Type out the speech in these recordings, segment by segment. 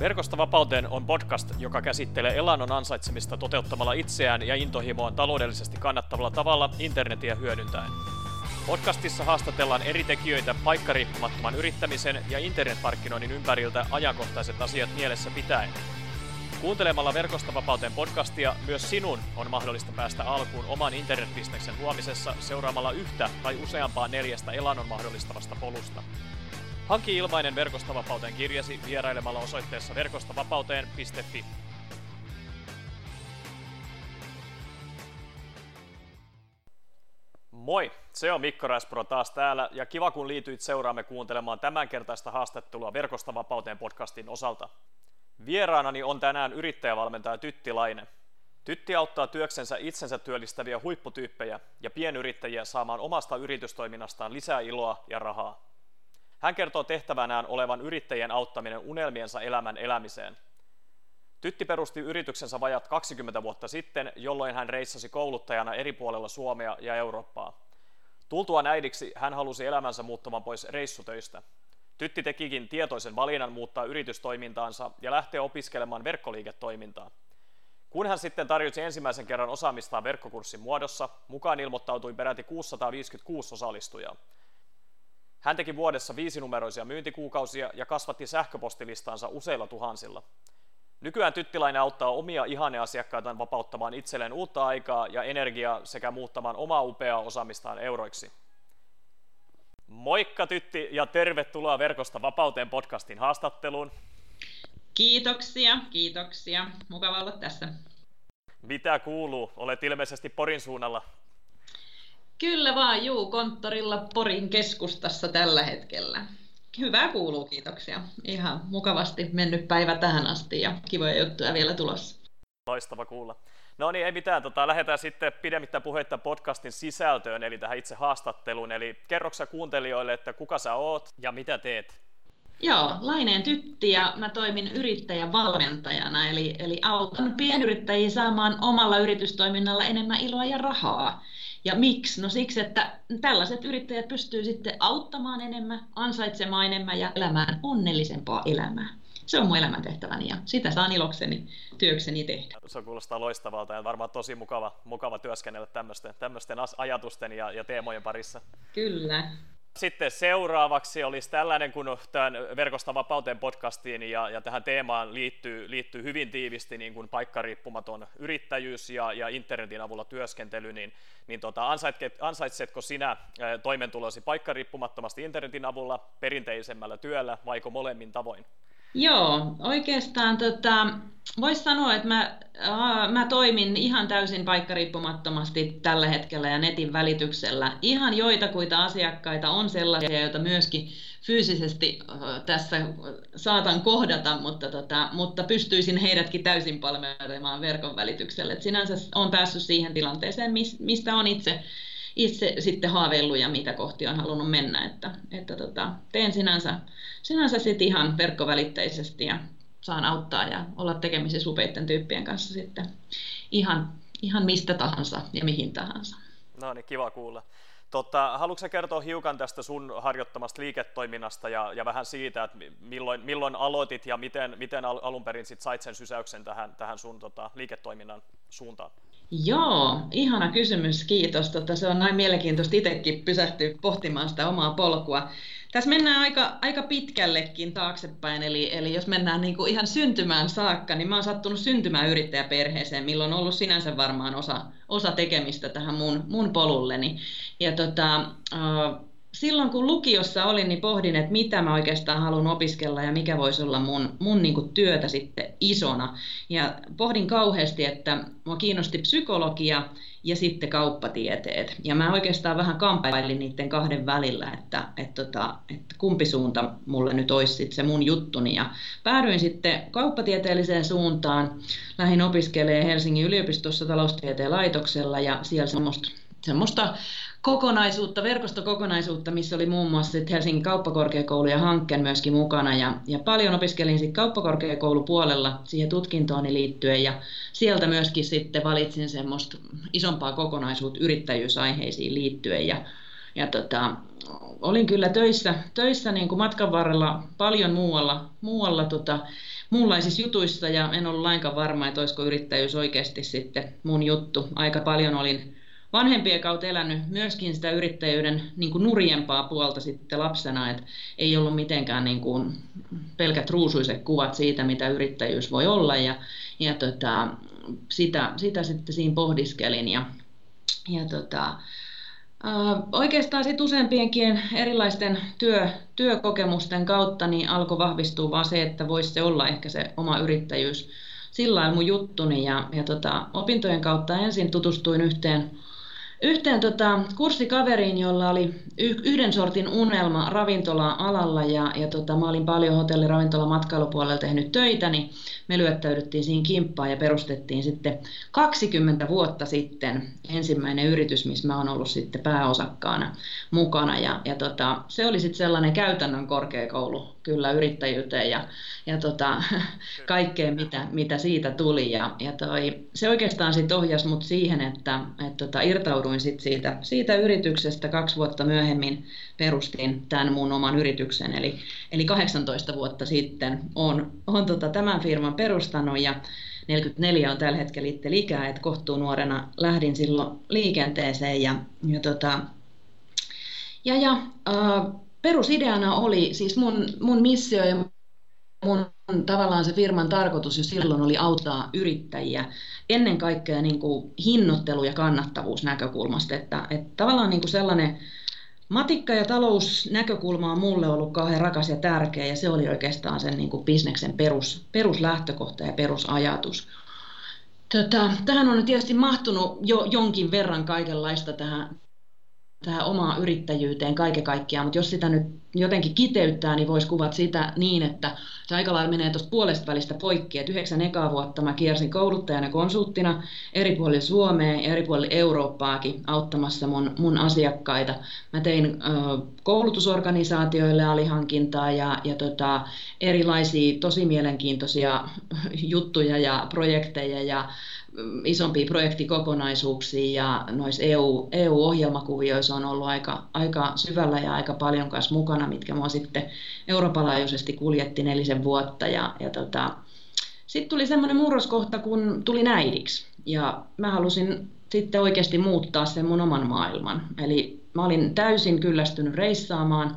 Verkosta vapauteen on podcast, joka käsittelee elannon ansaitsemista toteuttamalla itseään ja intohimoaan taloudellisesti kannattavalla tavalla internetiä hyödyntäen. Podcastissa haastatellaan eri tekijöitä paikkariippumattoman yrittämisen ja internetmarkkinoinnin ympäriltä ajankohtaiset asiat mielessä pitäen. Kuuntelemalla Verkosta vapauteen podcastia myös sinun on mahdollista päästä alkuun oman internetbisneksen luomisessa seuraamalla yhtä tai useampaa 4 elannon mahdollistavasta polusta. Hanki ilmainen Verkosta vapauteen kirjasi vierailemalla osoitteessa verkostavapauteen.fi. Moi, se on Mikko Räispuro taas täällä ja kiva kun liityit seuraamme kuuntelemaan tämänkertaista haastattelua Verkosta vapauteen podcastin osalta. Vieraanani on tänään yrittäjävalmentaja Tytti Laine. Tytti auttaa työksensä itsensä työllistäviä huipputyyppejä ja pienyrittäjiä saamaan omasta yritystoiminnastaan lisää iloa ja rahaa. Hän kertoo tehtävänään olevan yrittäjien auttaminen unelmiensa elämän elämiseen. Tytti perusti yrityksensä vajat 20 vuotta sitten, jolloin hän reissasi kouluttajana eri puolella Suomea ja Eurooppaa. Tultuaan äidiksi hän halusi elämänsä muuttamaan pois reissutöistä. Tytti tekikin tietoisen valinnan muuttaa yritystoimintaansa ja lähteä opiskelemaan verkkoliiketoimintaa. Kun hän sitten tarjosi ensimmäisen kerran osaamistaan verkkokurssin muodossa, mukaan ilmoittautui peräti 656 osallistujaa. Hän teki vuodessa 5-numeroisia myyntikuukausia ja kasvatti sähköpostilistansa useilla tuhansilla. Nykyään Tytti Laine auttaa omia ihanneasiakkaitaan vapauttamaan itselleen uutta aikaa ja energiaa sekä muuttamaan omaa upeaa osaamistaan euroiksi. Moikka Tytti ja tervetuloa Verkosta vapauteen podcastin haastatteluun. Kiitoksia. Mukava olla tässä. Mitä kuuluu? Olet ilmeisesti Porin suunnalla. Kyllä vaan, konttorilla Porin keskustassa tällä hetkellä. Hyvä kuuluu, kiitoksia. Ihan mukavasti mennyt päivä tähän asti ja kivoja juttuja vielä tulossa. Loistava kuulla. No niin, ei mitään. Lähdetään sitten pidemmittä puheitta podcastin sisältöön, eli tähän itse haastatteluun. Eli kerroksä kuuntelijoille, että kuka sä oot ja mitä teet? Joo, Laineen Tytti ja mä toimin yrittäjävalmentajana, eli autan pienyrittäjiä saamaan omalla yritystoiminnalla enemmän iloa ja rahaa. Ja miksi? No siksi, että tällaiset yrittäjät pystyy sitten auttamaan enemmän, ansaitsemaan enemmän ja elämään onnellisempaa elämää. Se on mun elämäntehtäväni ja sitä saan ilokseni työkseni tehdä. Se kuulostaa loistavalta ja varmaan tosi mukava työskennellä tämmöisten ajatusten ja teemojen parissa. Kyllä. Sitten seuraavaksi olisi tällainen, kun tämän Verkosta vapauteen podcastiin ja tähän teemaan liittyy hyvin tiivisti niin kuin paikkariippumaton yrittäjyys ja internetin avulla työskentely, niin ansaitsetko sinä toimeentulosi paikkariippumattomasti internetin avulla, perinteisemmällä työllä vaiko molemmin tavoin? Joo, oikeastaan voisi sanoa, että mä toimin ihan täysin paikkariippumattomasti tällä hetkellä ja netin välityksellä. Ihan joitakuita asiakkaita on sellaisia, joita myöskin fyysisesti tässä saatan kohdata, mutta pystyisin heidätkin täysin palvelemaan verkon välityksellä. Et sinänsä olen päässyt siihen tilanteeseen, mistä on itse sitten haaveillut ja mitä kohti on halunnut mennä, että teen sinänsä sitten ihan verkkovälitteisesti ja saan auttaa ja olla tekemisissä upeiden tyyppien kanssa sitten ihan mistä tahansa ja mihin tahansa. No niin, kiva kuulla. Haluatko kertoa hiukan tästä sun harjoittamasta liiketoiminnasta ja vähän siitä, että milloin aloitit ja miten alun perin sit sait sen sysäyksen tähän sun liiketoiminnan suuntaan? Joo, ihana kysymys, kiitos. Se on näin mielenkiintoista itsekin pysähtyä pohtimaan sitä omaa polkua. Tässä mennään aika pitkällekin taaksepäin, eli jos mennään niin kuin ihan syntymään saakka, niin mä oon sattunut syntymään yrittäjäperheeseen, milloin on ollut sinänsä varmaan osa tekemistä tähän mun polulleni. Ja silloin kun lukiossa olin, niin pohdin, että mitä mä oikeastaan haluan opiskella ja mikä voisi olla mun niin kuin työtä sitten isona. Ja pohdin kauheasti, että mua kiinnosti psykologia ja sitten kauppatieteet. Ja mä oikeastaan vähän kamppailin niiden kahden välillä, että kumpi suunta mulle nyt olisi sitten se mun juttuni. Ja päädyin sitten kauppatieteelliseen suuntaan. Lähdin opiskelemaan Helsingin yliopistossa taloustieteen laitoksella ja siellä semmoista kokonaisuutta, verkostokokonaisuutta, missä oli muun muassa Helsingin kauppakorkeakoulu ja hankkeen myöskin mukana. Ja paljon opiskelin sitten kauppakorkeakoulupuolella siihen tutkintooni liittyen ja sieltä myöskin sitten valitsin semmoista isompaa kokonaisuutta yrittäjyysaiheisiin liittyen. ja olin kyllä töissä niin kuin matkan varrella paljon muunlaisissa jutuissa ja en ollut lainkaan varma, että olisiko yrittäjyys oikeasti sitten mun juttu. Aika paljon olin vanhempien kautta elänyt myöskin sitä yrittäjyyden niin kuin nurjempaa puolta sitten lapsena, että ei ollut mitenkään niin kuin pelkät ruusuiset kuvat siitä, mitä yrittäjyys voi olla ja sitä sitten siinä pohdiskelin oikeastaan sitten useampienkin erilaisten työkokemusten kautta niin alkoi vahvistua vaan se, että voisi se olla ehkä se oma yrittäjyys sillä lailla mun juttuni ja opintojen kautta ensin tutustuin yhteen kurssikaveriin, jolla oli yhden sortin unelma ravintola-alalla ja mä olin paljon hotelliravintola-matkailupuolella tehnyt töitä, niin me lyöttäydyttiin siinä kimppaan ja perustettiin sitten 20 vuotta sitten ensimmäinen yritys, missä mä oon ollut sitten pääosakkaana mukana ja se oli sitten sellainen käytännön korkeakoulu kyllä yrittäjyyteen ja kaikkeen mitä siitä tuli se oikeastaan sitten ohjasi mut siihen, että irtauduin sit siitä yrityksestä 2 vuotta myöhemmin perustin tämän mun oman yrityksen eli 18 vuotta sitten on tämän firman perustanut ja 44 on tällä hetkellä itsellä ikää, että kohtuunuorena lähdin silloin liikenteeseen perusideana oli siis mun missio ja mun tavallaan se firman tarkoitus jo silloin oli auttaa yrittäjiä ennen kaikkea niin kuin hinnoittelu- ja kannattavuusnäkökulmasta, että tavallaan niin kuin sellainen matikka- ja talousnäkökulma on mulle ollut kauhean rakas ja tärkeä ja se oli oikeastaan sen niin kuin bisneksen peruslähtökohta ja perusajatus. Tähän on tietysti mahtunut jo jonkin verran kaikenlaista tähän omaan yrittäjyyteen kaiken kaikkiaan, mutta jos sitä nyt jotenkin kiteyttää, niin voisi kuvata sitä niin, että se aika lailla menee tuosta puolesta välistä poikki, että 9 ekaa vuotta mä kiersin kouluttajana konsulttina eri puolilla Suomea ja eri puolilla Eurooppaakin auttamassa mun asiakkaita. Mä tein koulutusorganisaatioille alihankintaa ja erilaisia tosi mielenkiintoisia juttuja ja projekteja ja isompia projektikokonaisuuksia ja noissa EU-ohjelmakuvioissa on ollut aika syvällä ja aika paljon kanssa mukana, mitkä mua sitten Euroopan laajuisesti kuljetti 4 vuotta. Sitten tuli semmoinen murroskohta, kun tulin äidiksi ja mä halusin sitten oikeasti muuttaa sen mun oman maailman. Eli mä olin täysin kyllästynyt reissaamaan.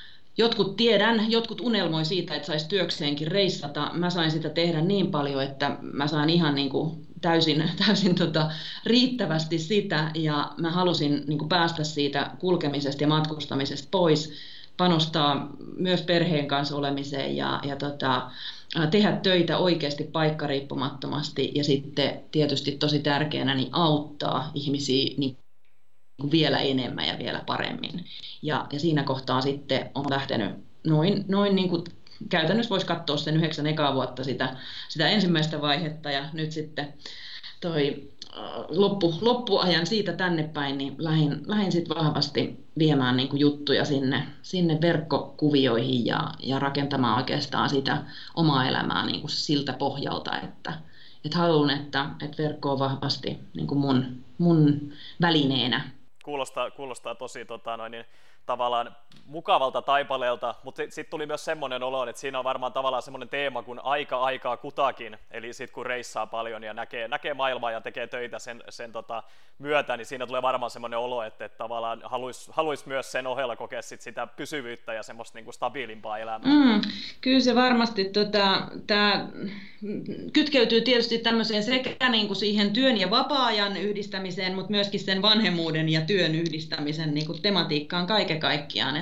Jotkut unelmoi siitä, että saisi työkseenkin reissata. Mä sain sitä tehdä niin paljon, että mä sain ihan niin kuin täysin riittävästi sitä ja mä halusin niin kuin päästä siitä kulkemisesta ja matkustamisesta pois, panostaa myös perheen kanssa olemiseen ja tehdä töitä oikeasti paikkariippumattomasti ja sitten tietysti tosi tärkeänä niin auttaa ihmisiä niin vielä enemmän ja vielä paremmin. Ja siinä kohtaa sitten on lähtenyt noin niin kuin käytännössä voisi katsoa sen 9 ekaa vuotta sitä ensimmäistä vaihetta ja nyt sitten toi loppuajan siitä tänne päin, niin lähdin sitten vahvasti viemään niin kuin juttuja sinne verkkokuvioihin ja rakentamaan oikeastaan sitä omaa elämää niin kuin siltä pohjalta, että haluan, että verkko on vahvasti niin kuin mun välineenä. Kuulostaa tosi tavallaan mukavalta taipaleelta, mutta sitten tuli myös semmoinen olo, että siinä on varmaan tavallaan semmoinen teema kuin aikaa kutakin, eli sitten kun reissaa paljon ja näkee maailmaa ja tekee töitä sen myötä, niin siinä tulee varmaan semmoinen olo, että tavallaan haluaisi myös sen ohella kokea sitä pysyvyyttä ja semmoista niin kuin stabiilimpaa elämää. Kyllä se varmasti tämä kytkeytyy tietysti tämmöiseen sekä niin kuin siihen työn ja vapaa-ajan yhdistämiseen, mutta myöskin sen vanhemmuuden ja työn yhdistämisen niin kuin tematiikkaan kaiken kaikkiaan,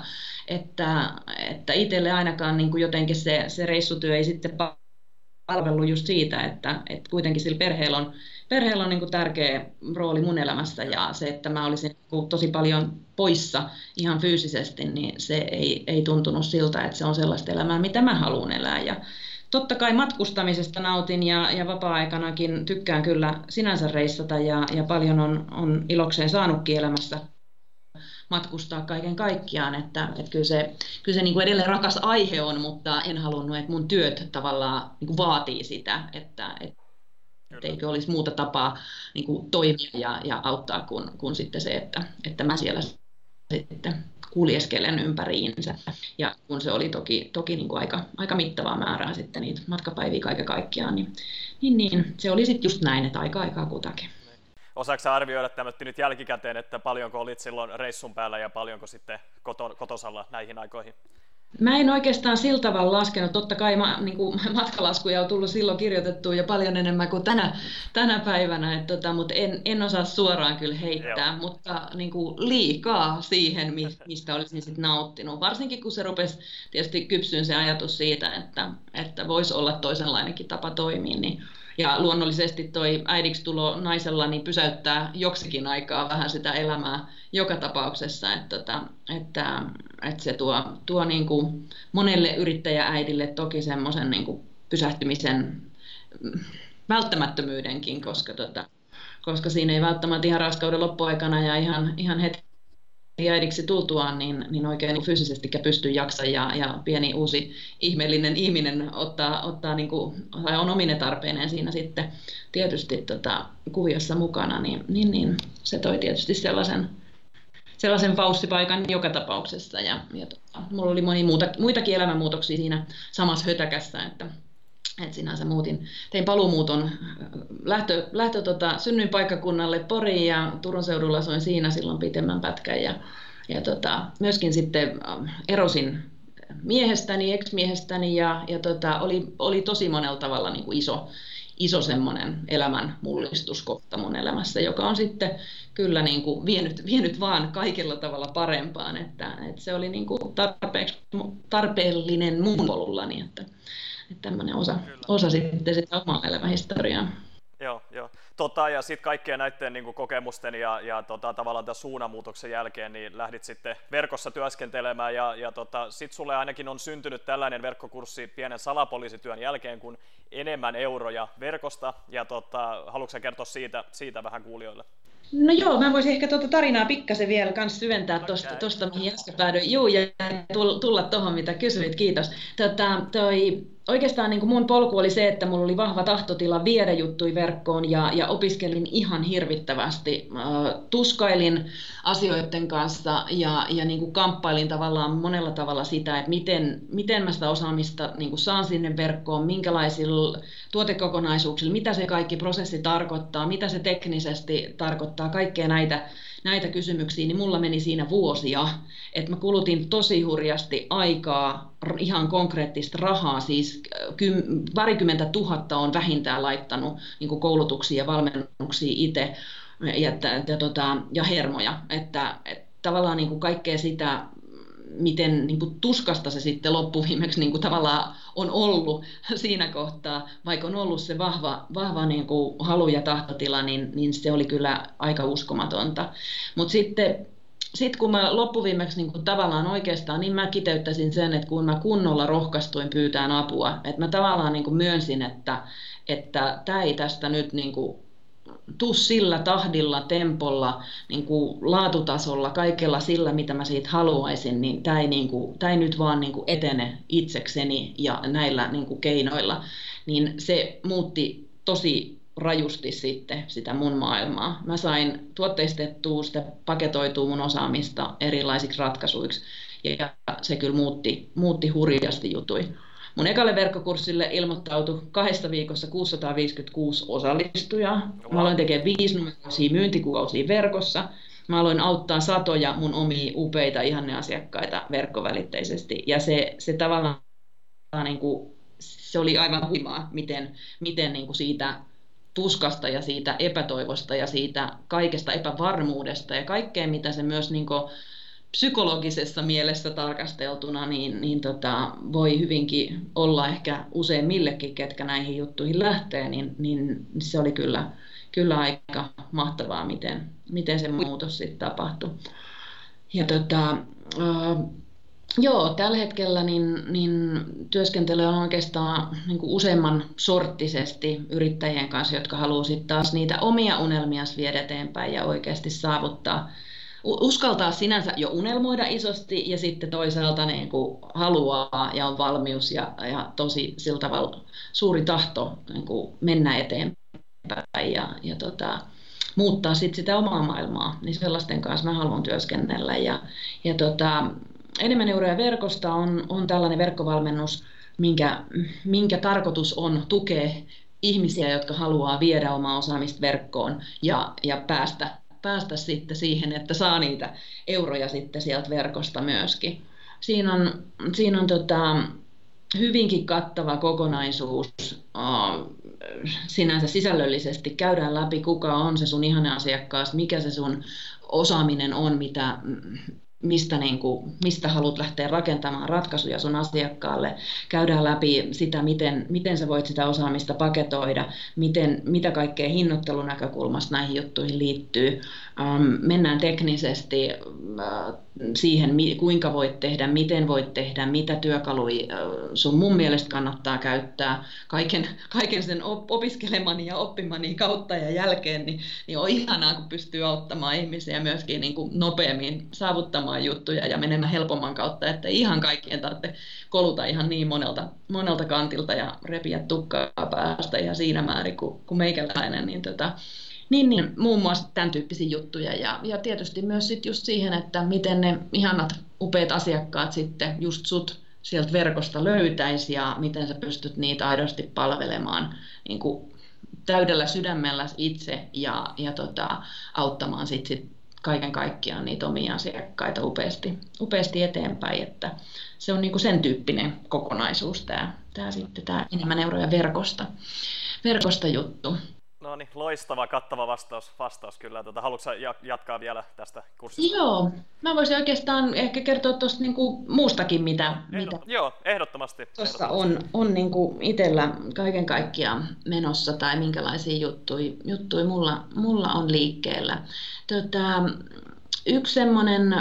että itselle ainakaan niin kuin jotenkin se reissutyö ei sitten palvellut just siitä, että kuitenkin sillä perheellä on niin kuin tärkeä rooli mun elämässä ja se, että mä olisin tosi paljon poissa ihan fyysisesti, niin se ei tuntunut siltä, että se on sellaista elämää, mitä mä haluan elää. Ja totta kai matkustamisesta nautin ja vapaa-aikanakin tykkään kyllä sinänsä reissata ja paljon on ilokseen saanutkin elämässä matkustaa kaiken kaikkiaan, että kyllä se niin kuin edelleen rakas aihe on, mutta en halunnut, että mun työt tavallaan niin kuin vaatii sitä, että eikö olisi muuta tapaa niin kuin toimia ja auttaa kuin sitten se, että mä siellä sitten kuljeskelen ympäriinsä. Ja kun se oli toki niin kuin aika mittavaa määrää sitten niitä matkapäiviä kaiken kaikkiaan, niin se oli sitten just näin, että aikaa kutakin. Osaatko sä arvioida tämmöistä nyt jälkikäteen, että paljonko olit silloin reissun päällä ja paljonko sitten kotosalla näihin aikoihin? Mä en oikeastaan sillä tavalla laskenut. Totta kai niin matkalaskuja on tullut silloin kirjoitettua jo paljon enemmän kuin tänä päivänä, mutta en osaa suoraan kyllä heittää, Joo. mutta niin kuin liikaa siihen, mistä olisin sit nauttinut. Varsinkin kun se rupesi tietysti kypsyyn se ajatus siitä, että voisi olla toisenlainenkin tapa toimia. Ja luonnollisesti toi äidiksi tulo naisella niin pysäyttää joksikin aikaa vähän sitä elämää joka tapauksessa, että se tuo niin kuin monelle yrittäjääidille toki semmoisen niin kuin pysähtymisen välttämättömyydenkin, koska siinä ei välttämättä ihan raskauden loppuaikana ja ihan heti äidiksi tultuaan niin oikein niin fyysisestikään pysty jaksa ja pieni uusi ihmeellinen ihminen ottaa niin kuin, tai on omine tarpeineen siinä sitten tietysti kuviossa mukana, niin se toi tietysti sellaisen paussipaikan joka tapauksessa ja mulla oli muitakin elämänmuutoksia siinä samassa hötäkässä, että sinänsä tein paluumuuton synnyinpaikkakunnalle Poriin ja Turun seudulla asuin siinä silloin pitemmän pätkän ja myöskin sitten erosin miehestäni, ex-miehestäni ja oli tosi monella tavalla niin kuin iso semmoinen elämän mullistuskohta mun elämässä, joka on sitten kyllä niin kuin vienyt vaan kaikilla tavalla parempaan, että se oli niin kuin tarpeellinen mun polullani, että tämmöinen osa sitten sitä omaa elämähistoriaa. Joo. Ja sitten kaikkien näiden niin kuin kokemusten ja tavallaan tämän suunnanmuutoksen jälkeen niin lähdit sitten verkossa työskentelemään ja sitten sulle ainakin on syntynyt tällainen verkkokurssi pienen salapoliisityön jälkeen kuin enemmän euroja verkosta ja haluatko sä kertoa siitä vähän kuulijoille? No joo, mä voisin ehkä tarinaa pikkasen vielä kans syventää tuosta mihin äsken päädyin. Juu, ja tulla tuohon, mitä kysyit, kiitos. Oikeastaan niin kuin mun polku oli se, että mulla oli vahva tahtotila viedä juttuja verkkoon ja opiskelin ihan hirvittävästi. Tuskailin asioiden kanssa ja niin kuin kamppailin tavallaan monella tavalla sitä, että miten mä sitä osaamista niin kuin saan sinne verkkoon, minkälaisilla tuotekokonaisuuksilla, mitä se kaikki prosessi tarkoittaa, mitä se teknisesti tarkoittaa, kaikkea näitä kysymyksiä, niin mulla meni siinä vuosia, että mä kulutin tosi hurjasti aikaa, ihan konkreettista rahaa, siis 20 000 on vähintään laittanut niin kuin koulutuksia ja valmennuksia itse ja hermoja, että tavallaan niin kuin kaikkea sitä, miten niin kuin tuskasta se sitten loppuviimeksi niin kuin tavallaan on ollut siinä kohtaa, vaikka on ollut se vahva niin kuin halu ja tahtotila, niin se oli kyllä aika uskomatonta. Mutta sitten kun mä loppuviimeksi niin kuin tavallaan oikeastaan, niin mä kiteyttäisin sen, että kun mä kunnolla rohkaistuin pyytään apua, että mä tavallaan niin kuin myönsin, että tämä ei tästä nyt niin kuin tuu sillä tahdilla, tempolla, niin kuin laatutasolla, kaikella sillä, mitä mä siitä haluaisin, niin tämä ei nyt vaan niin kuin etene itsekseni ja näillä niin kuin keinoilla, niin se muutti tosi rajusti sitten sitä mun maailmaa. Mä sain tuotteistettua sitä, paketoitua mun osaamista erilaisiksi ratkaisuiksi ja se kyllä muutti hurjasti jutui. Mun ekalle verkkokurssille ilmoittautui 2 viikossa 656 osallistujaa. Mä aloin tekemään 5-numeroisia myyntikuukausia verkossa. Mä aloin auttaa satoja mun omia upeita ihanneasiakkaita verkkovälitteisesti. Ja se tavallaan niin kuin, se oli aivan huimaa, miten niin kuin siitä tuskasta ja siitä epätoivosta ja siitä kaikesta epävarmuudesta ja kaikkea, mitä se myös niin kuin psykologisessa mielessä tarkasteltuna, niin voi hyvinkin olla ehkä useimmillekin, ketkä näihin juttuihin lähtee, niin se oli kyllä aika mahtavaa, miten se muutos sitten tapahtui. Ja tällä hetkellä niin työskentelen oikeastaan niin kuin useamman sorttisesti yrittäjien kanssa, jotka haluaa sitten taas niitä omia unelmia viedä eteenpäin ja oikeasti uskaltaa sinänsä jo unelmoida isosti ja sitten toisaalta niin kuin haluaa ja on valmius ja tosi sillä tavalla suuri tahto niin kuin mennä eteenpäin muuttaa sitä omaa maailmaa, niin sellaisten kanssa mä haluan työskennellä. Enemmän euroja verkosta on tällainen verkkovalmennus, minkä tarkoitus on tukea ihmisiä, jotka haluaa viedä omaa osaamista verkkoon ja päästä sitten siihen, että saa niitä euroja sitten sieltä verkosta myöskin. Siinä on hyvinkin kattava kokonaisuus sinänsä sisällöllisesti. Käydään läpi, kuka on se sun ihana asiakkaas, mikä se sun osaaminen on, mistä haluat lähteä rakentamaan ratkaisuja sun asiakkaalle. Käydään läpi sitä, miten sä voit sitä osaamista paketoida, mitä kaikkea hinnoittelunäkökulmasta näihin juttuihin liittyy. Mennään teknisesti siihen, kuinka voit tehdä, miten voit tehdä, mitä työkaluja sun mun mielestä kannattaa käyttää kaiken sen opiskelemani ja oppimani kautta ja jälkeen, niin on ihanaa, kun pystyy auttamaan ihmisiä myöskin niin kuin nopeammin saavuttamaan juttuja ja menemään helpomman kautta, että ihan kaikkien tarvitse koluta ihan niin monelta kantilta ja repiä tukkaa päästä ihan siinä määrin kuin meikäläinen, niin muun muassa tämän tyyppisiä juttuja ja tietysti myös sit just siihen, että miten ne ihanat upeat asiakkaat sitten just sut sieltä verkosta löytäisi ja miten sä pystyt niitä aidosti palvelemaan niin kuin täydellä sydämellä itse ja auttamaan sit kaiken kaikkiaan niitä omia asiakkaita upeasti eteenpäin, että se on niin kuin sen tyyppinen kokonaisuus tämä enemmän euroja verkosta juttu. No niin, loistava, kattava vastaus kyllä. Haluatko jatkaa vielä tästä kurssista? Joo, mä voisin oikeastaan ehkä kertoa tuosta niinku muustakin, mitä joo, ehdottomasti. Tuossa on niinku itsellä kaiken kaikkiaan menossa tai minkälaisia juttuja mulla on liikkeellä. Yksi semmoinen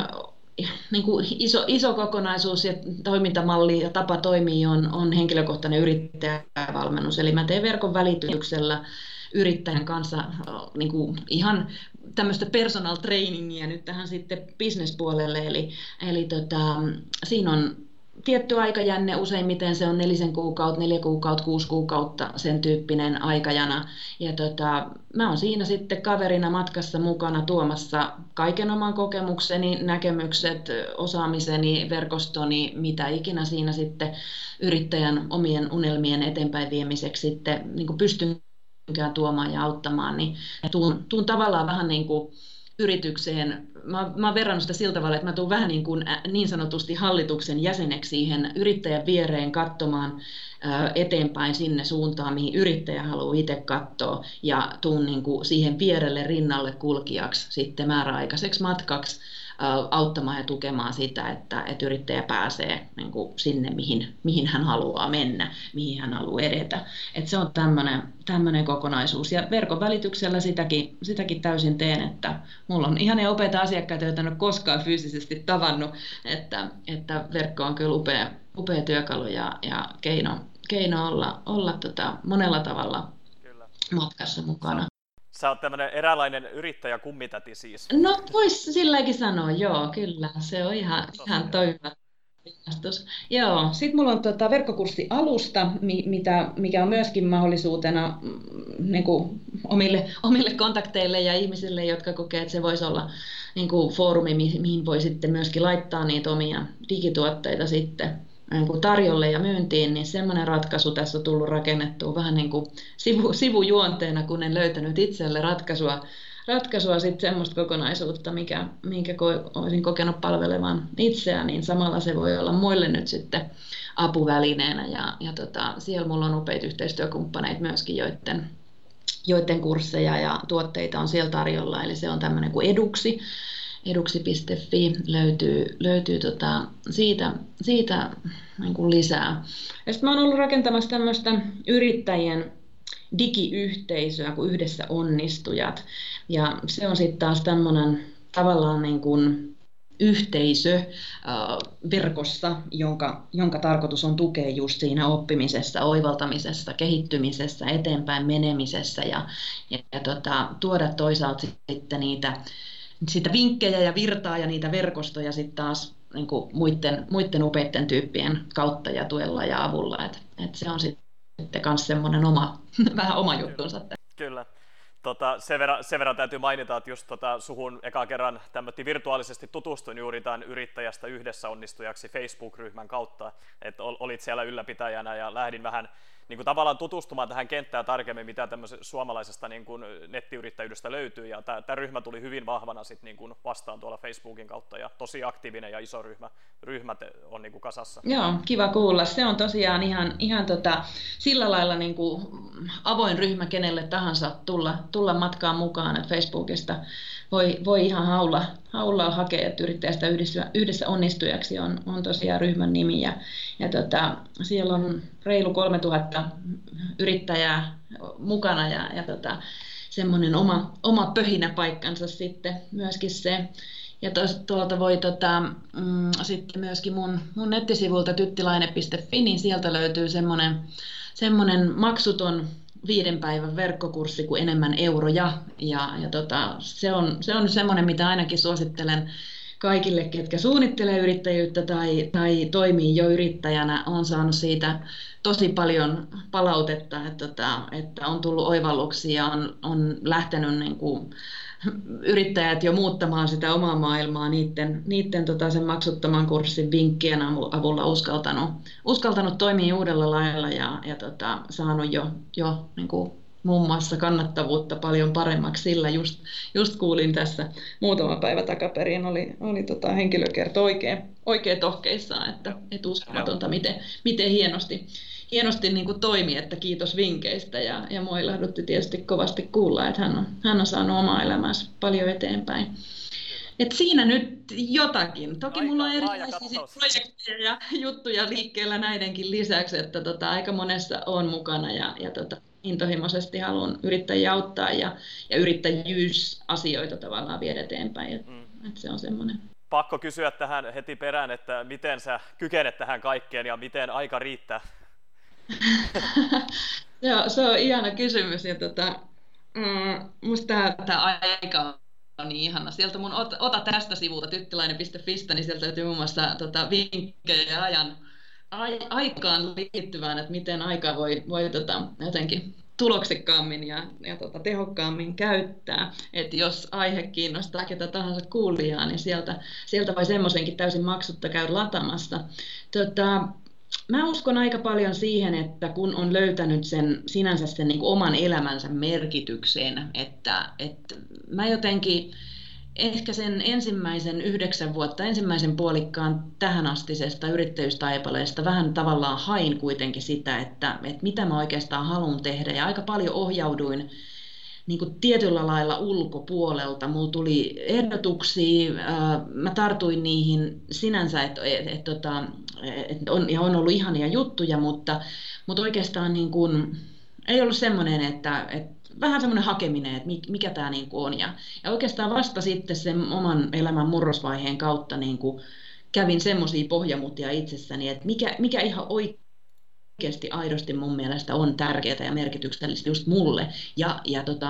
niinku iso kokonaisuus ja toimintamalli ja tapa toimia on henkilökohtainen yrittäjävalmennus. Eli mä teen verkon välityksellä yrittäjän kanssa niin kuin ihan tämmöistä personal trainingia nyt tähän sitten business-puolelle, eli siinä on tietty aikajänne, useimmiten se on 4 kuukautta, 4 kuukautta, 6 kuukautta, sen tyyppinen aikajana. Ja mä oon siinä sitten kaverina matkassa mukana tuomassa kaiken oman kokemukseni, näkemykset, osaamiseni, verkostoni, mitä ikinä siinä sitten yrittäjän omien unelmien eteenpäin viemiseksi sitten niin kuin pystyn tuomaan ja auttamaan, niin tuun tavallaan vähän niin kuin yritykseen, mä oon verrannut sitä sillä tavalla, että mä tuun vähän niin sanotusti hallituksen jäseneksi siihen yrittäjän viereen katsomaan eteenpäin sinne suuntaan, mihin yrittäjä haluaa itse katsoa, ja tuun niin kuin siihen vierelle rinnalle kulkijaksi sitten määräaikaiseksi matkaksi auttamaan ja tukemaan sitä, että yrittäjä pääsee niin kuin sinne, mihin hän haluaa mennä, mihin hän haluaa edetä. Että se on tämmöinen kokonaisuus. Ja verkon välityksellä sitäkin täysin teen, että mulla on ihania upeita asiakkaita, joita en ole koskaan fyysisesti tavannut, että verkko on kyllä upea työkalu ja keino olla monella tavalla matkassa mukana. Sä oot tämmöinen eräänlainen yrittäjäkummitäti siis. No vois silläkin sanoa, joo, kyllä. Se on ihan toimiva rinnastus. Joo, sitten mulla on verkkokurssi alusta, mikä on myöskin mahdollisuutena niin kuin omille kontakteille ja ihmisille, jotka kokee, että se voisi olla niin kuin foorumi, mihin voi sitten myöskin laittaa niitä omia digituotteita sitten tarjolle ja myyntiin, niin semmoinen ratkaisu tässä on tullut rakennettua vähän niin kuin sivujuonteena, kun en löytänyt itselle ratkaisua sitten semmoista kokonaisuutta, minkä olisin kokenut palvelevan itseään, niin samalla se voi olla muille nyt sitten apuvälineenä ja siellä mulla on upeita yhteistyökumppaneita myöskin, joiden kursseja ja tuotteita on siellä tarjolla, eli se on tämmöinen kuin eduksi.fi löytyy siitä niin kuin lisää. Ja sitten mä oon ollut rakentamassa tämmöistä yrittäjien digiyhteisöä kuin Yhdessä onnistujat. Ja se on sitten taas tämmöinen tavallaan niin kuin yhteisö verkossa, jonka tarkoitus on tukea just siinä oppimisessa, oivaltamisessa, kehittymisessä, eteenpäin menemisessä ja tuoda toisaalta sitten sitä vinkkejä ja virtaa ja niitä verkostoja sitten taas niin kuin muiden upeiden tyyppien kautta ja tuella ja avulla. Et se on sitten myös semmoinen vähän oma juttunsa. Kyllä. Sen verran täytyy mainita, että just suhun eka kerran virtuaalisesti tutustuin juuri tämän Yrittäjästä yhdessä onnistujaksi Facebook-ryhmän kautta, että olit siellä ylläpitäjänä ja lähdin vähän niin kuin tavallaan tutustumaan tähän kenttään tarkemmin, mitä tämmöisestä suomalaisesta niin kuin nettiyrittäjyydestä löytyy, ja tämä ryhmä tuli hyvin vahvana sit niin kuin vastaan tuolla Facebookin kautta, ja tosi aktiivinen ja iso ryhmät on niin kuin kasassa. Joo, kiva kuulla. Se on tosiaan ihan sillä lailla niin kuin avoin ryhmä kenelle tahansa tulla matkaan mukaan, että Facebookista voi ihan haulaa hakea, että Yrittäjästä yhdessä onnistujaksi on tosiaan ryhmän nimi, ja siellä on reilu 3000 yrittäjää mukana, ja semmoinen oma pöhinäpaikkansa sitten myöskin se. Ja tuolta voi sitten myöskin mun nettisivulta tyttilaine.fi, niin sieltä löytyy semmoinen maksuton 5 päivän verkkokurssi kuin Enemmän euroja. Ja se on semmoinen, mitä ainakin suosittelen kaikille, ketkä suunnittelee yrittäjyyttä tai toimii jo yrittäjänä. Olen saanut siitä tosi paljon palautetta, että on tullut oivalluksia ja on lähtenyt niin kuin yrittäjät jo muuttamaan sitä omaa maailmaa niiden sen maksuttoman kurssin vinkkien avulla uskaltanut toimia uudella lailla ja saanut jo niin kuin muun muassa kannattavuutta paljon paremmaksi sillä. Just kuulin tässä muutama päivä takaperin, oli henkilö kertoi oikein tohkeissaan, että uskomatonta, miten hienosti niin kuin toimi, että kiitos vinkkeistä, ja mua ilahdutti tietysti kovasti kuulla, että hän on saanut omaa elämäänsä paljon eteenpäin. Et siinä nyt jotakin. Toki mulla on erilaisia projekteja ja juttuja liikkeellä näidenkin lisäksi, että aika monessa on mukana ja intohimoisesti haluan yrittäjiä auttaa ja yrittäjyysasioita tavallaan viedä eteenpäin. Että se on semmoinen. Pakko kysyä tähän heti perään, että miten sä kykenet tähän kaikkeen ja miten aika riittää? Joo, se on ihana kysymys, ja musta tämä aika on niin ihana. Sieltä mun ota tästä sivulta tyttilaine.fistä, niin sieltä löytyy muun muassa vinkkejä aikaan liittyvään, että miten aikaa voi jotenkin tuloksekkaammin ja tehokkaammin käyttää. Että jos aihe kiinnostaa ketä tahansa kuulijaa, niin sieltä voi semmoisenkin täysin maksutta käydä lataamassa. Mä uskon aika paljon siihen, että kun on löytänyt sinänsä sen niin kuin oman elämänsä merkityksen, että mä jotenkin ehkä sen ensimmäisen 9 vuotta, ensimmäisen puolikkaan tähänastisesta yrittäjyystaipaleesta vähän tavallaan hain kuitenkin sitä, että mitä mä oikeastaan haluan tehdä, ja aika paljon ohjauduin niin kuin tietyllä lailla ulkopuolelta. Mulla tuli ehdotuksia, mä tartuin niihin sinänsä, että on ollut ihania juttuja, mutta oikeastaan niin kuin, ei ollut semmoinen, että vähän semmoinen hakeminen, että mikä tämä niin kuin on. Ja oikeastaan vasta sitten sen oman elämän murrosvaiheen kautta niin kuin kävin semmoisia pohjamutia itsessäni, että mikä ihan oikeasti aidosti mun mielestä on tärkeää ja merkityksellistä just mulle, ja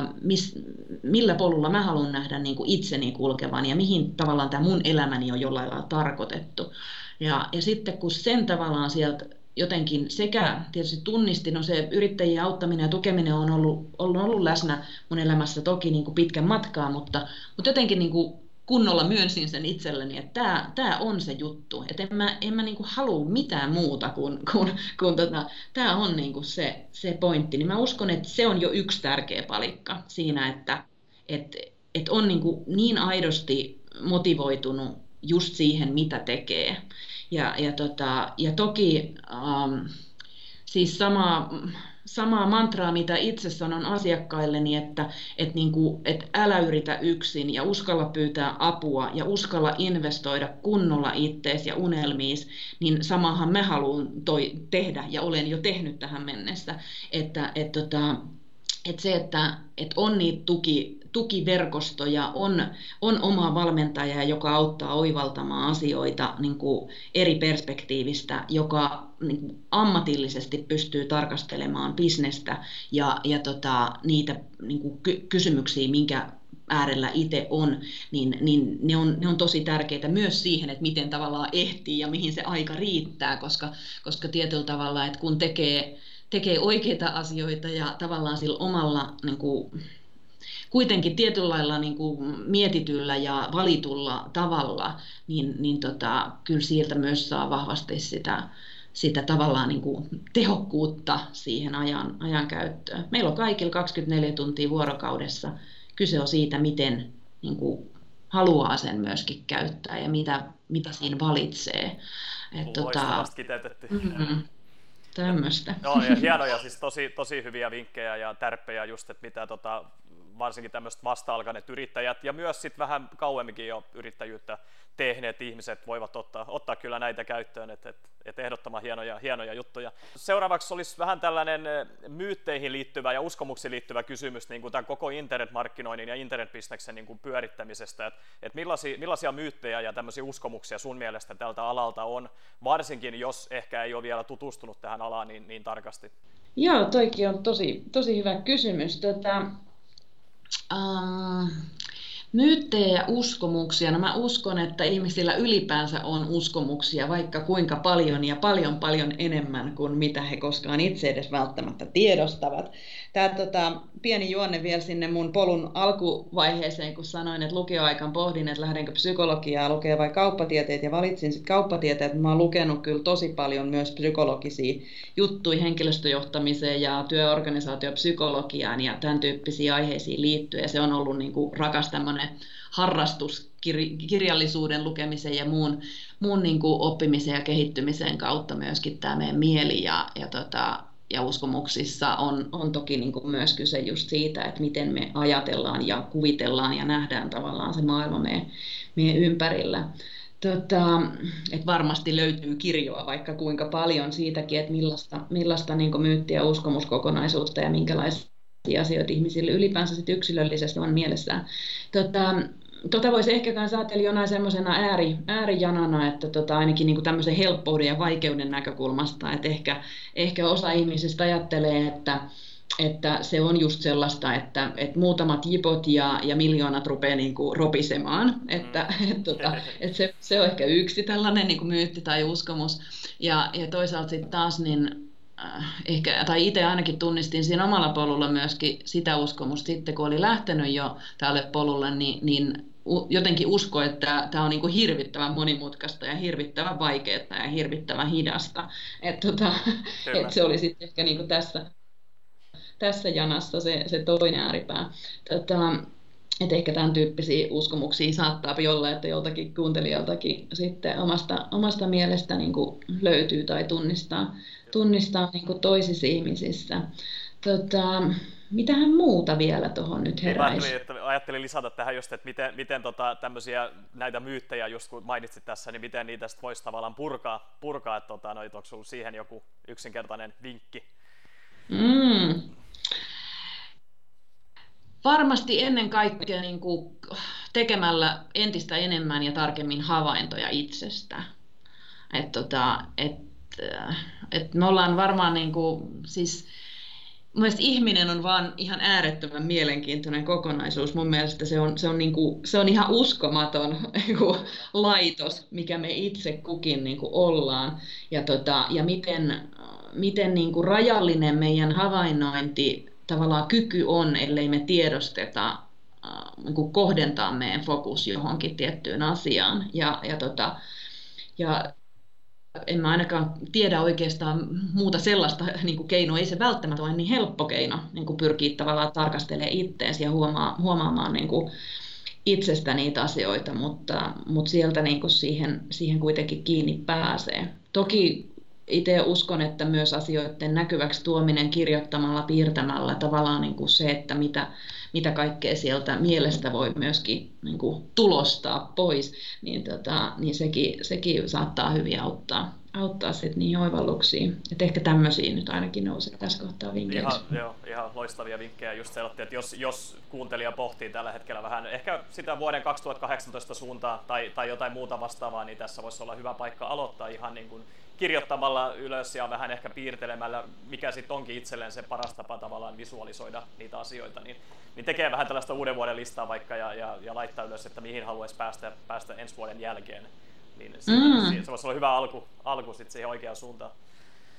millä polulla mä haluan nähdä niin kuin itseni kulkevan, ja mihin tavallaan tämä mun elämäni on jollain lailla tarkoitettu. Ja sitten kun sen tavallaan sieltä jotenkin sekä tietysti tunnistin, no se yrittäjien auttaminen ja tukeminen on ollut läsnä mun elämässä toki niin kuin pitkän matkaa, mutta jotenkin niin kuin kunnolla myönsin sen itselleni, että tämä on se juttu, että en mä niin kuin halua mitään muuta kuin tämä on niin kuin se pointti. Niin mä uskon, että se on jo yksi tärkeä palikka siinä, että on niin aidosti motivoitunut just siihen, mitä tekee. Ja toki siis samaa mantraa, mitä itse sanon asiakkailleni, että älä yritä yksin ja uskalla pyytää apua ja uskalla investoida kunnolla ittees ja unelmiis, niin samahan mä haluan tehdä ja olen jo tehnyt tähän mennessä. Että on niitä tukiverkostoja, on oma valmentaja, joka auttaa oivaltamaan asioita niin kuin eri perspektiivistä, joka niin kuin ammatillisesti pystyy tarkastelemaan bisnestä ja niitä niin kuin kysymyksiä, minkä äärellä itse on, niin ne on tosi tärkeitä myös siihen, että miten tavallaan ehtii ja mihin se aika riittää, koska tietyllä tavalla, että kun tekee oikeita asioita ja tavallaan sillä omalla niin kuin kuitenkin tietyllä lailla niin kuin mietityllä ja valitulla tavalla, kyllä sieltä myös saa vahvasti sitä tavallaan niin kuin tehokkuutta siihen ajan käyttöön. Meillä on kaikilla 24 tuntia vuorokaudessa. Kyse on siitä, miten niin kuin haluaa sen myöskin käyttää ja mitä siinä valitsee. Loistavasti kiteytetty. Tämmöistä. No, ja hienoja, siis tosi hyviä vinkkejä ja tärppejä just, että mitä varsinkin tämmöiset vasta-alkaneet yrittäjät ja myös sitten vähän kauemminkin jo yrittäjyyttä tehneet ihmiset voivat ottaa kyllä näitä käyttöön, että ehdottoman hienoja juttuja. Seuraavaksi olisi vähän tällainen myytteihin liittyvä ja uskomuksiin liittyvä kysymys niin kuin tämän koko internetmarkkinoinnin ja internetbisneksen niin kuin pyörittämisestä, että millaisia myyttejä ja tämmöisiä uskomuksia sun mielestä tältä alalta on, varsinkin jos ehkä ei ole vielä tutustunut tähän alaan niin tarkasti? Joo, toikin on tosi hyvä kysymys. Myyttejä ja uskomuksia. No mä uskon, että ihmisillä ylipäänsä on uskomuksia vaikka kuinka paljon ja paljon enemmän kuin mitä he koskaan itse edes välttämättä tiedostavat. Tämä pieni juonne vielä sinne mun polun alkuvaiheeseen, kun sanoin, että lukioaikaan pohdin, että lähdenkö psykologiaa lukea vai kauppatieteet ja valitsin sitten kauppatieteet. Mä oon lukenut kyllä tosi paljon myös psykologisia juttuja henkilöstöjohtamiseen ja työorganisaatiopsykologiaan ja tämän tyyppisiin aiheisiin liittyen. Ja se on ollut niin kuin rakas tämmöinen harrastus kirjallisuuden lukemisen ja muun niin kuin oppimisen ja kehittymisen kautta myöskin tämä meidän mieli ja uskomuksissa on toki niin kuin myös kyse just siitä, että miten me ajatellaan ja kuvitellaan ja nähdään tavallaan se maailma meidän ympärillä. Että varmasti löytyy kirjoa vaikka kuinka paljon siitäkin, että millaista niin kuin myyttiä ja uskomuskokonaisuutta ja minkälaisia asioita ihmisille ylipäänsä sit yksilöllisesti on mielessään. Voisi ehkä myös ajatella jonain semmoisena äärijanana, että ainakin niin kuin tämmöisen helppouden ja vaikeuden näkökulmasta, että ehkä osa ihmisistä ajattelee, että se on just sellaista, että muutamat jipot ja miljoonat rupeaa niin kuin ropisemaan, että se on ehkä yksi tällainen niin kuin myytti tai uskomus, ja toisaalta sitten taas tai itse ainakin tunnistin siinä omalla polulla myöskin sitä uskomusta sitten, kun oli lähtenyt jo tälle polulle, niin jotenkin usko, että tämä on niin kuin hirvittävän monimutkaista ja hirvittävän vaikeaa ja hirvittävän hidasta. Että se oli sitten ehkä niin kuin tässä janassa se toinen ääripää. Että ehkä tämän tyyppisiä uskomuksia saattaa olla, että joltakin kuuntelijaltakin sitten omasta mielestä niin kuin löytyy tai tunnistaa niin kuin toisissa ihmisissä. Mitähän muuta vielä tuohon nyt heräisi? Ajattelin lisätä tähän just, että miten tämmöisiä näitä myyttejä, just kun mainitsit tässä, niin miten niitä voisi tavallaan purkaa että onko sinulla siihen joku yksinkertainen vinkki? Varmasti ennen kaikkea niin kuin tekemällä entistä enemmän ja tarkemmin havaintoja itsestä. Me ollaan varmaan niin kuin, siis mun mielestä ihminen on vaan ihan äärettömän mielenkiintoinen kokonaisuus. Mun mielestä se on ihan uskomaton niin kuin laitos, mikä me itse kukin niin kuin ollaan. Ja miten niin kuin rajallinen meidän havainnointi tavallaan kyky on, ellei me tiedosteta niin kuin kohdentaa meidän fokus johonkin tiettyyn asiaan. Ja en mä ainakaan tiedä oikeastaan muuta sellaista niin kuin keinoa, ei se välttämättä ole niin helppo keino niin kuin pyrkiä tavallaan tarkastelemaan itseäsi ja huomaamaan niin kuin itsestä niitä asioita, mutta sieltä niin kuin siihen kuitenkin kiinni pääsee. Toki itse uskon, että myös asioiden näkyväksi tuominen kirjoittamalla, piirtämällä tavallaan niin kuin se, että mitä kaikkea sieltä mielestä voi myöskin niin kuin tulostaa pois, niin sekin saattaa hyvin auttaa sitten niihin oivalluksiin. Et ehkä tämmöisiä nyt ainakin nousee tässä kohtaa vinkkeiksi. Ihan loistavia vinkkejä just sellaisia, että jos kuuntelija pohtii tällä hetkellä vähän ehkä sitä vuoden 2018 suuntaa tai jotain muuta vastaavaa, niin tässä voisi olla hyvä paikka aloittaa ihan niin kuin kirjoittamalla ylös ja vähän ehkä piirtelemällä, mikä sitten onkin itselleen se paras tapa tavallaan visualisoida niitä asioita, niin tekee vähän tällaista uuden vuoden listaa vaikka ja laittaa ylös, että mihin haluaisi päästä ensi vuoden jälkeen. Niin se voisi olla hyvä alku sitten siihen oikeaan suuntaan.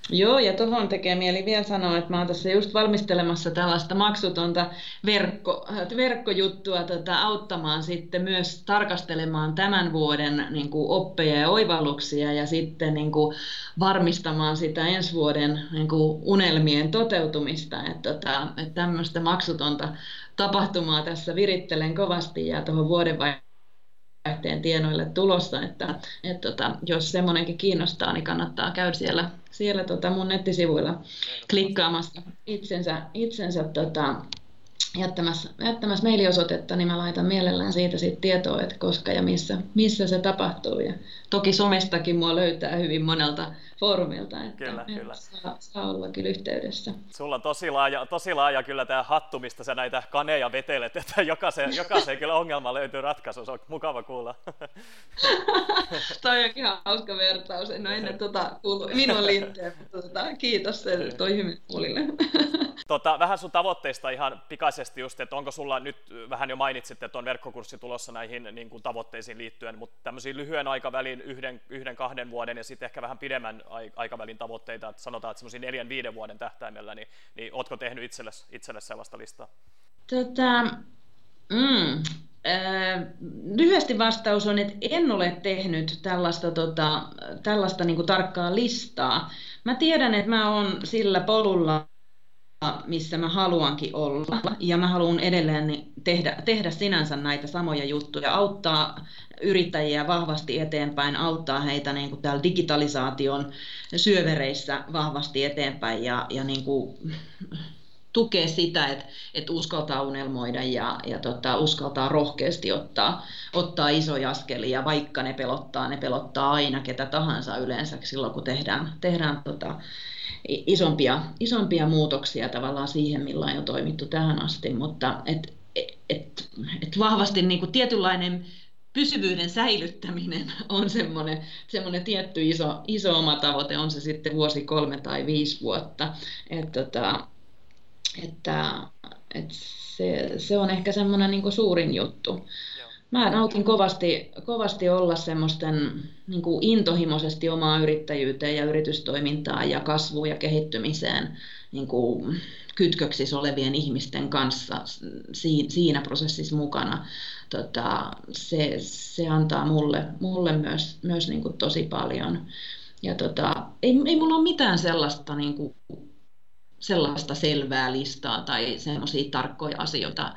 Joo, ja tuohon tekee mieli vielä sanoa, että mä oon tässä just valmistelemassa tällaista maksutonta verkkojuttua auttamaan sitten myös tarkastelemaan tämän vuoden niin kuin oppeja ja oivalluksia ja sitten niin kuin varmistamaan sitä ensi vuoden niin kuin unelmien toteutumista. Että tämmöistä maksutonta tapahtumaa tässä virittelen kovasti ja tuohon vuodenvaihteen tienoille tulossa, että jos semmoinenkin kiinnostaa, niin kannattaa käydä siellä mun nettisivuilla klikkaamassa itsensä jättämässä mailiosoitetta, niin mä laitan mielellään siitä sit tietoa, että koska ja missä se tapahtuu. Ja toki somestakin mua löytää hyvin monelta foorumilta, että Kyllä. Saa olla kyllä yhteydessä. Sulla on tosi laaja kyllä tämä hattu, mistä sä näitä kaneja vetelet, että jokaiseen kyllä ongelma löytyy ratkaisu, se on mukava kuulla. Toi on ihan hauska vertaus, en ole ennen kuullut minun liitteen, mutta kiitos, se toi hyvin mullille. Vähän sun tavoitteista ihan pikaisesti just, että onko sulla nyt, vähän jo mainitsit, että on verkkokurssi tulossa näihin niin kuin tavoitteisiin liittyen, mutta tämmöisiä lyhyen aikavälin, 1-2 vuoden ja sitten ehkä vähän pidemmän aikavälin tavoitteita, että sanotaan, että semmoisia 4-5 vuoden tähtäimellä, niin ootko tehnyt itsellesi sellaista listaa? Lyhyesti vastaus on, että en ole tehnyt tällaista niin kuin tarkkaa listaa. Mä tiedän, että mä oon sillä polulla, missä mä haluankin olla, ja mä haluan edelleen tehdä sinänsä näitä samoja juttuja, auttaa yrittäjiä vahvasti eteenpäin, auttaa heitä niin kuin täällä digitalisaation syövereissä vahvasti eteenpäin ja niin kuin tukea sitä, että uskaltaa unelmoida ja uskaltaa rohkeasti ottaa isoja askelia, vaikka ne pelottaa aina ketä tahansa yleensä silloin, kun tehdään isompia muutoksia tavallaan siihen, millä on toimittu tähän asti, mutta et vahvasti niin kuin tietynlainen pysyvyyden säilyttäminen on semmoinen tietty iso oma tavoite, on se sitten vuosi, 3 tai 5 vuotta. Se on ehkä semmoinen niin kuin suurin juttu. Mä nautin kovasti olla semmoisten niin kuin intohimoisesti omaa yrittäjyyteen ja yritystoimintaan ja kasvuun ja kehittymiseen niin kuin kytköksissä olevien ihmisten kanssa siinä prosessissa mukana. Se antaa mulle myös niin kuin tosi paljon. Ja ei mulla ole mitään sellaista niin kuin sellaista selvää listaa tai semmoisia tarkkoja asioita.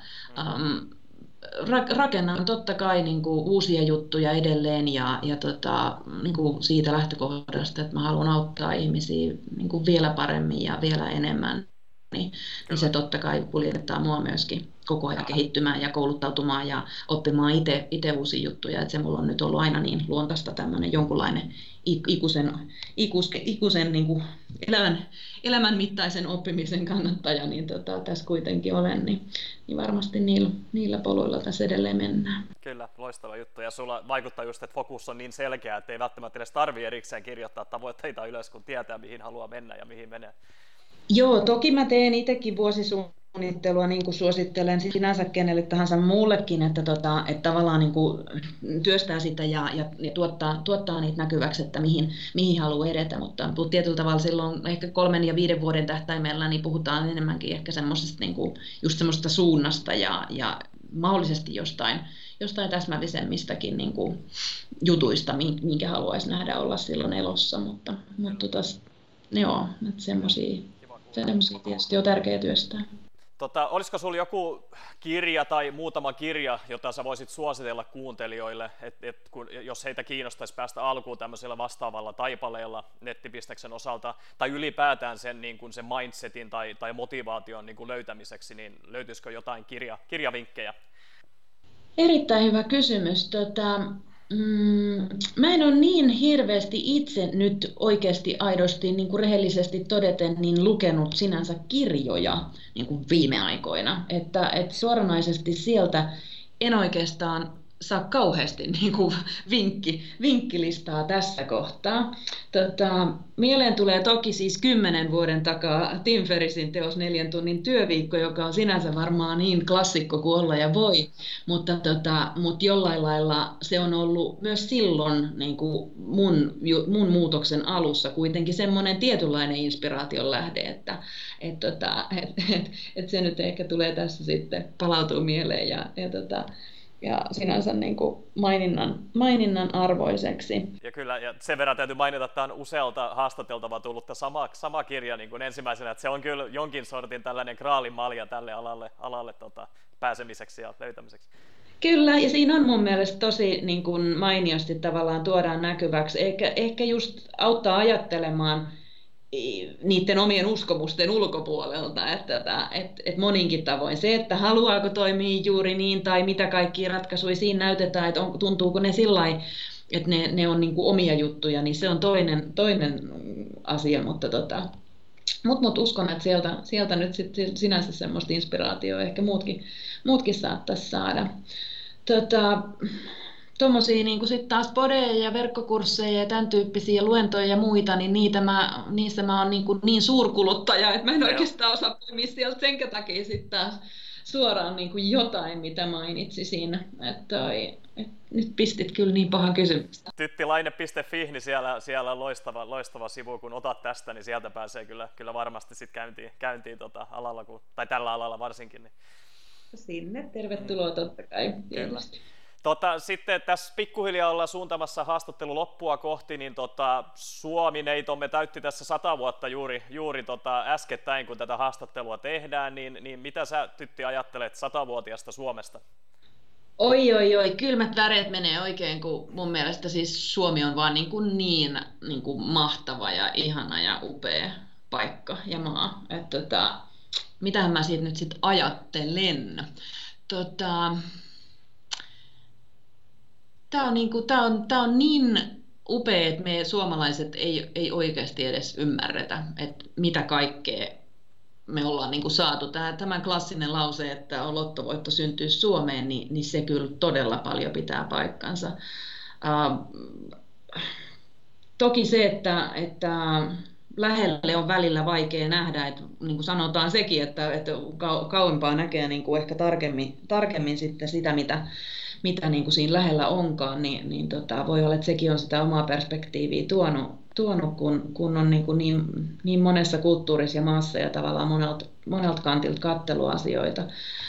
Rakennan totta kai niin kuin uusia juttuja edelleen ja niin kuin siitä lähtökohdasta, että mä haluan auttaa ihmisiä niin kuin vielä paremmin ja vielä enemmän. Niin se totta kai kuljettaa mua myöskin koko ajan kehittymään ja kouluttautumaan ja oppimaan itse uusia juttuja. Että se mulla on nyt ollut aina niin luontaista tämmöinen jonkunlainen ikuisen niin kuin elämän mittaisen oppimisen kannattaja, niin tässä kuitenkin olen, niin varmasti niillä poluilla tässä edelleen mennään. Kyllä, loistava juttu. Ja sulla vaikuttaa just, että fokus on niin selkeä, että ei välttämättä edes tarvitse erikseen kirjoittaa tavoitteita ylös, kun tietää, mihin haluaa mennä ja mihin menee. Joo, toki mä teen itsekin vuosisuunnittelua, niin kuin suosittelen sinänsä kenelle tahansa muullekin, että tavallaan niin kuin työstää sitä ja tuottaa niitä näkyväksi, että mihin haluaa edetä, mutta tietyllä tavalla silloin ehkä 3 ja 5 vuoden tähtäimellä niin puhutaan enemmänkin ehkä semmoisesta niin kuin just semmoista suunnasta ja mahdollisesti jostain täsmällisemmistäkin niin kuin jutuista, minkä haluaisi nähdä olla silloin elossa, mutta joo, että semmoisia tietysti on tärkeää työstää. Olisiko sinulla joku kirja tai muutama kirja, jota sä voisit suositella kuuntelijoille, jos heitä kiinnostaisi päästä alkuun tämmöisellä vastaavalla taipaleella nettibisneksen osalta, tai ylipäätään sen, niin kuin sen mindsetin tai motivaation niin kuin löytämiseksi, niin löytyisikö jotain kirjavinkkejä? Erittäin hyvä kysymys. Mä en ole niin hirveästi itse nyt oikeasti aidosti niin kuin rehellisesti todeten niin lukenut sinänsä kirjoja niin kuin viime aikoina, että suoranaisesti sieltä en oikeastaan saa kauheasti niin kuin vinkkilistaa tässä kohtaa. Mieleen tulee toki siis 10 vuoden takaa Tim Ferrissin teos 4 tunnin työviikko, joka on sinänsä varmaan niin klassikko kuin olla ja voi, mutta jollain lailla se on ollut myös silloin niin kuin mun muutoksen alussa kuitenkin semmoinen tietynlainen inspiraation lähde, että se nyt ehkä tulee tässä sitten palautuu mieleen ja sinänsä niin kuin maininnan arvoiseksi. Ja kyllä, ja sen verran täytyy mainita, että tämä on usealta haastateltavaa tullutta sama kirja niin kuin ensimmäisenä, että se on kyllä jonkin sortin tällainen graalin malja tälle alalle pääsemiseksi ja löytämiseksi. Kyllä, ja siinä on mun mielestä tosi niin kuin mainiosti tavallaan tuodaan näkyväksi, ehkä just auttaa ajattelemaan niiden omien uskomusten ulkopuolelta, että moninkin tavoin se, että haluaako toimia juuri niin tai mitä kaikkia ratkaisuja siinä näytetään, että tuntuuko ne sillai, että ne on niin kuin omia juttuja, niin se on toinen asia, mutta uskon, että sieltä nyt sit sinänsä semmoista inspiraatioa ehkä muutkin saattaisi saada. Tuommoisia niin sitten taas podeja ja verkkokursseja ja tämän tyyppisiä luentoja ja muita, niin niissä mä oon niin suurkuluttaja, että mä en oikeastaan osaa poimia sieltä senkä takia sitten taas suoraan niin kuin jotain, mitä mainitsisin. Nyt pistit kyllä niin pahan kysymystä. Tyttilaine.fi, niin siellä on loistava sivu, kun otat tästä, niin sieltä pääsee kyllä varmasti sitten käyntiin alalla, tai tällä alalla varsinkin. Niin. Sinne, tervetuloa totta kai. Tietysti. Sitten tässä pikkuhiljaa ollaan suuntamassa haastattelu loppua kohti, niin Suomi-neitomme täytti tässä 100 vuotta juuri äskettäin, kun tätä haastattelua tehdään, niin mitä sä, Tytti, ajattelet 100-vuotiaasta Suomesta? Oi, kylmät väreet menee oikein, kun mun mielestä siis Suomi on vaan niin kuin mahtava ja ihana ja upea paikka ja maa, että mitähän mä siitä nyt sitten ajattelen. Tämä on niin upea, että me suomalaiset ei oikeasti edes ymmärretä, että mitä kaikkea me ollaan niin kuin saatu. Tämän klassinen lause, että on lottovoitto syntyy Suomeen, niin se kyllä todella paljon pitää paikkansa. Toki se, että lähelle on välillä vaikea nähdä, että niin kuin sanotaan sekin, että kauempaa näkee niin kuin ehkä tarkemmin sitten sitä, mitä niin kuin siinä lähellä onkaan, niin voi olla, että sekin on sitä omaa perspektiiviä tuonut kun on niin monessa kulttuurissa ja maassa ja tavallaan monelta kantilta katteluasioita.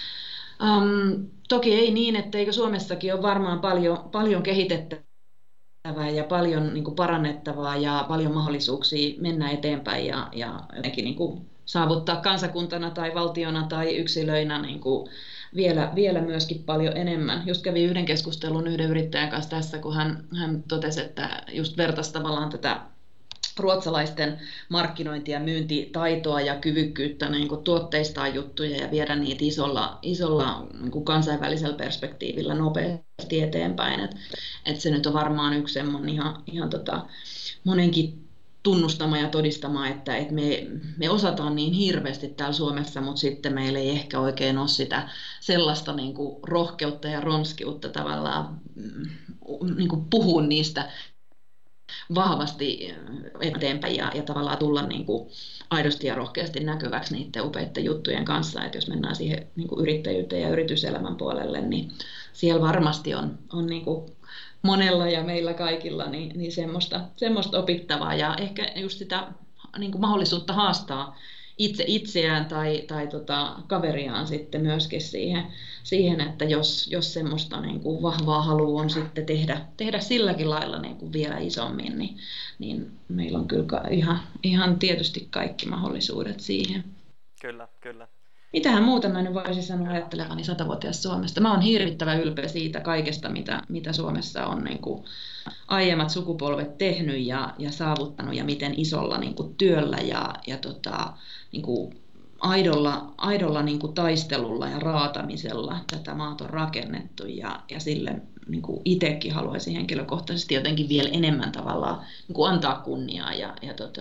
Toki ei niin, etteikö Suomessakin ole varmaan paljon kehitettävää ja paljon niin kuin parannettavaa ja paljon mahdollisuuksia mennä eteenpäin ja jotenkin niin kuin saavuttaa kansakuntana tai valtiona tai yksilöinä niin kuin vielä myöskin paljon enemmän. Just kävin yhden keskustelun yhden yrittäjän kanssa tässä, kun hän totesi, että just vertaisi tavallaan tätä ruotsalaisten markkinointi- ja myyntitaitoa ja kyvykkyyttä niin kuin tuotteistaa juttuja ja viedä niitä isolla niin kuin kansainvälisellä perspektiivillä nopeasti eteenpäin. Et se nyt on varmaan yksi semmoinen ihan monenkin tunnustama ja todistama, että me osataan niin hirveästi täällä Suomessa, mutta sitten meillä ei ehkä oikein ole sitä sellaista niin kuin rohkeutta ja ronskiutta tavallaan niin kuin puhua niistä vahvasti eteenpäin ja tavallaan tulla niin kuin aidosti ja rohkeasti näkyväksi niiden upeiden juttujen kanssa. Että jos mennään siihen niin kuin yrittäjyyteen ja yrityselämän puolelle, niin siellä varmasti on niin kuin monella ja meillä kaikilla niin semmoista opittavaa ja ehkä just sitä niin kuin mahdollisuutta haastaa itseään tai kaveriaan sitten myöskin siihen että jos semmoista niin kuin vahvaa halua on sitten tehdä silläkin lailla niin kuin vielä isommin, niin meillä on kyllä ihan tietysti kaikki mahdollisuudet siihen. Kyllä. Mitähän muuta mä nyt voisin sanoa ajattelevani 100-vuotias Suomesta. Mä oon hirvittävän ylpeä siitä kaikesta, mitä Suomessa on niin kuin aiemmat sukupolvet tehnyt ja saavuttanut ja miten isolla niin kuin työllä ja niin kuin aidolla niin kuin taistelulla ja raatamisella tätä maata on rakennettu ja sille niin kuin itsekin haluaisin henkilökohtaisesti jotenkin vielä enemmän tavallaan niin kuin antaa kunniaa ja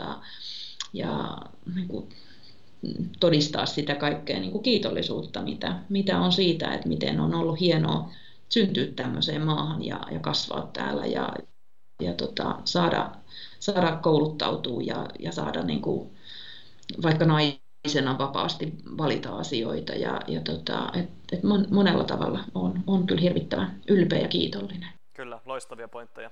niin kuin todistaa sitä kaikkea niin kuin kiitollisuutta, mitä on siitä, että miten on ollut hienoa syntyä tämmöiseen maahan ja kasvaa täällä ja saada kouluttautua ja saada niin kuin, vaikka naisena vapaasti valita asioita et monella tavalla on kyllä hirvittävän ylpeä ja kiitollinen. Kyllä, loistavia pointteja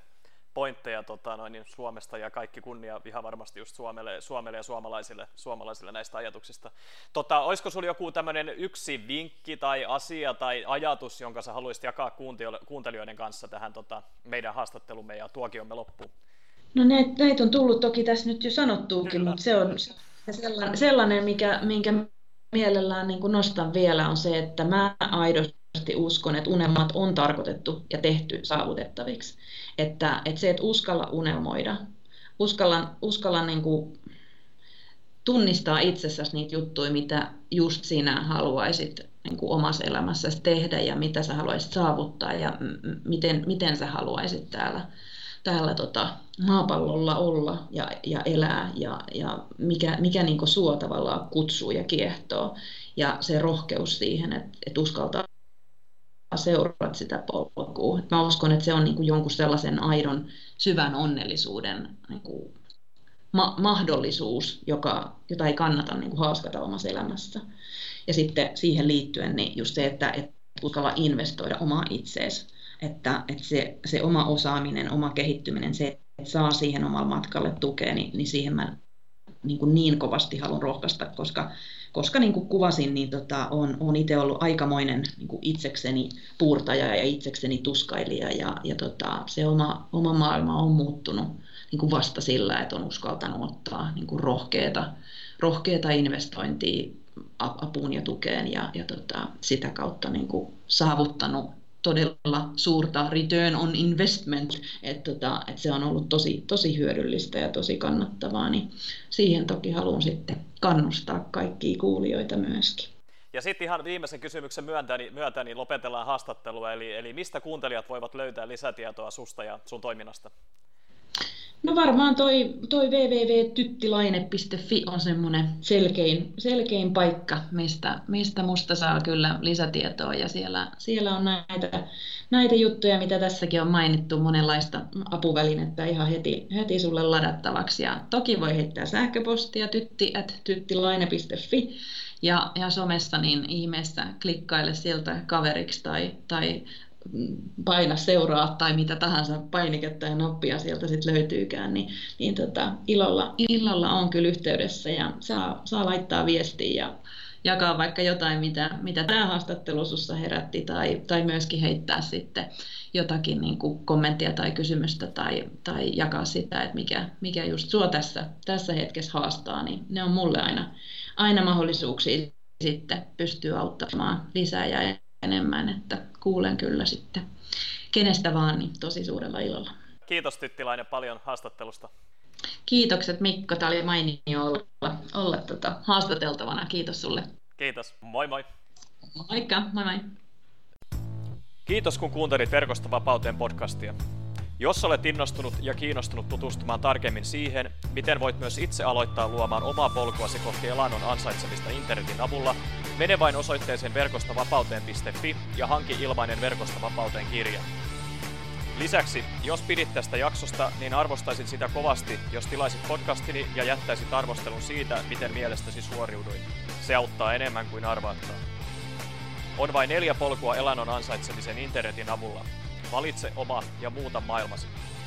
niin Suomesta, ja kaikki kunnia ihan varmasti just Suomelle ja suomalaisille näistä ajatuksista. Olisiko sinulla joku tämmöinen yksi vinkki tai asia tai ajatus, jonka sä haluaisit jakaa kuuntelijoiden kanssa tähän meidän haastattelumme ja tuokiomme loppuun? No näitä on tullut toki tässä nyt jo sanottuukin, kyllä. Mutta se on sellainen, minkä mielellään niin kuin nostan vielä, on se, että mä aidosti uskon, että unelmat on tarkoitettu ja tehty saavutettaviksi. Että se, että uskalla unelmoida, uskalla niin kuin tunnistaa itsessäsi niitä juttuja, mitä just sinä haluaisit niin kuin omassa elämässäsi tehdä ja mitä sä haluaisit saavuttaa ja miten sä haluaisit täällä maapallolla olla ja elää ja mikä niin kuin sua tavallaan kutsuu ja kiehtoo. Ja se rohkeus siihen, että uskaltaa seuraat sitä polkua. Mä uskon, että se on niin kuin jonkun sellaisen aidon syvän onnellisuuden niin kuin mahdollisuus, jota ei kannata niin kuin haaskata omassa elämässä. Ja sitten siihen liittyen niin just se, että uskalla investoida omaa itseesi. Että se oma osaaminen, oma kehittyminen, se, että saa siihen omalle matkalle tukea, niin siihen mä niin kovasti haluan rohkaista, koska niin kuin kuvasin, niin on itse ollut aikamoinen niin kuin itsekseni puurtaja ja itsekseni tuskailija ja se oma maailma on muuttunut niin kuin vasta sillä, että on uskaltanut ottaa niin kuin rohkeata investointia apuun ja tukeen ja sitä kautta niin kuin saavuttanut todella suurta return on investment, että se on ollut tosi hyödyllistä ja tosi kannattavaa, niin siihen toki haluan sitten kannustaa kaikkia kuulijoita myöskin. Ja sitten ihan viimeisen kysymyksen myötä niin lopetellaan haastattelua, eli mistä kuuntelijat voivat löytää lisätietoa susta ja sun toiminnasta? No varmaan toi www.tyttilaine.fi on semmoinen selkein paikka, mistä musta saa kyllä lisätietoa, ja siellä on näitä juttuja, mitä tässäkin on mainittu, monenlaista apuvälinettä ihan heti sulle ladattavaksi, ja toki voi heittää sähköpostia tytti@tyttilaine.fi, ja somessa niin ihmeessä klikkaile sieltä kaveriksi tai paina seuraa tai mitä tahansa painiketta ja nappia sieltä sitten löytyykään, niin ilolla on kyllä yhteydessä ja saa laittaa viestiä ja jakaa vaikka jotain, mitä tämä haastattelu sussa herätti tai myöskin heittää sitten jotakin niin kuin kommenttia tai kysymystä tai jakaa sitä, että mikä just sua tässä hetkessä haastaa, niin ne on mulle aina mahdollisuuksia sitten pystyä auttamaan lisää ja enemmän, että kuulen kyllä sitten kenestä vaan, niin tosi suurella ilolla. Kiitos Tyttilainen paljon haastattelusta. Kiitokset Mikko, tämä oli mainio olla haastateltavana. Kiitos sulle. Kiitos, moi moi. Moikka, moi moi. Kiitos kun kuuntelit Verkosta vapauteen podcastia. Jos olet innostunut ja kiinnostunut tutustumaan tarkemmin siihen, miten voit myös itse aloittaa luomaan omaa polkuasi kohti elannon ansaitsemista internetin avulla, mene vain osoitteeseen verkostavapauteen.fi ja hanki ilmainen Verkosta vapauteen -kirja. Lisäksi, jos pidit tästä jaksosta, niin arvostaisin sitä kovasti, jos tilaisit podcastini ja jättäisit arvostelun siitä, miten mielestäsi suoriuduin. Se auttaa enemmän kuin arvaatkaan. On vain 4 polkua elannon ansaitsemisen internetin avulla. Valitse oma ja muuta maailmasi.